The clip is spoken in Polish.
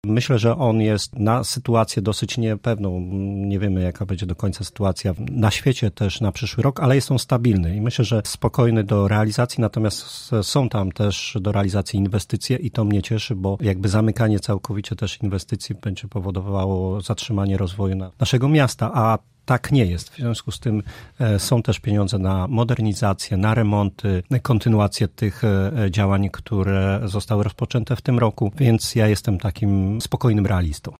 Myślę, że on jest na sytuację dosyć niepewną. Nie wiemy, jaka będzie do końca sytuacja na świecie też na przyszły rok, ale jest on stabilny i myślę, że spokojny do realizacji, natomiast są tam też do realizacji inwestycje i to mnie cieszy, bo jakby zamykanie całkowicie też inwestycji będzie powodowało zatrzymanie rozwoju naszego miasta, a tak nie jest. W związku z tym są też pieniądze na modernizację, na remonty, kontynuację tych działań, które zostały rozpoczęte w tym roku, więc ja jestem takim spokojnym realistą.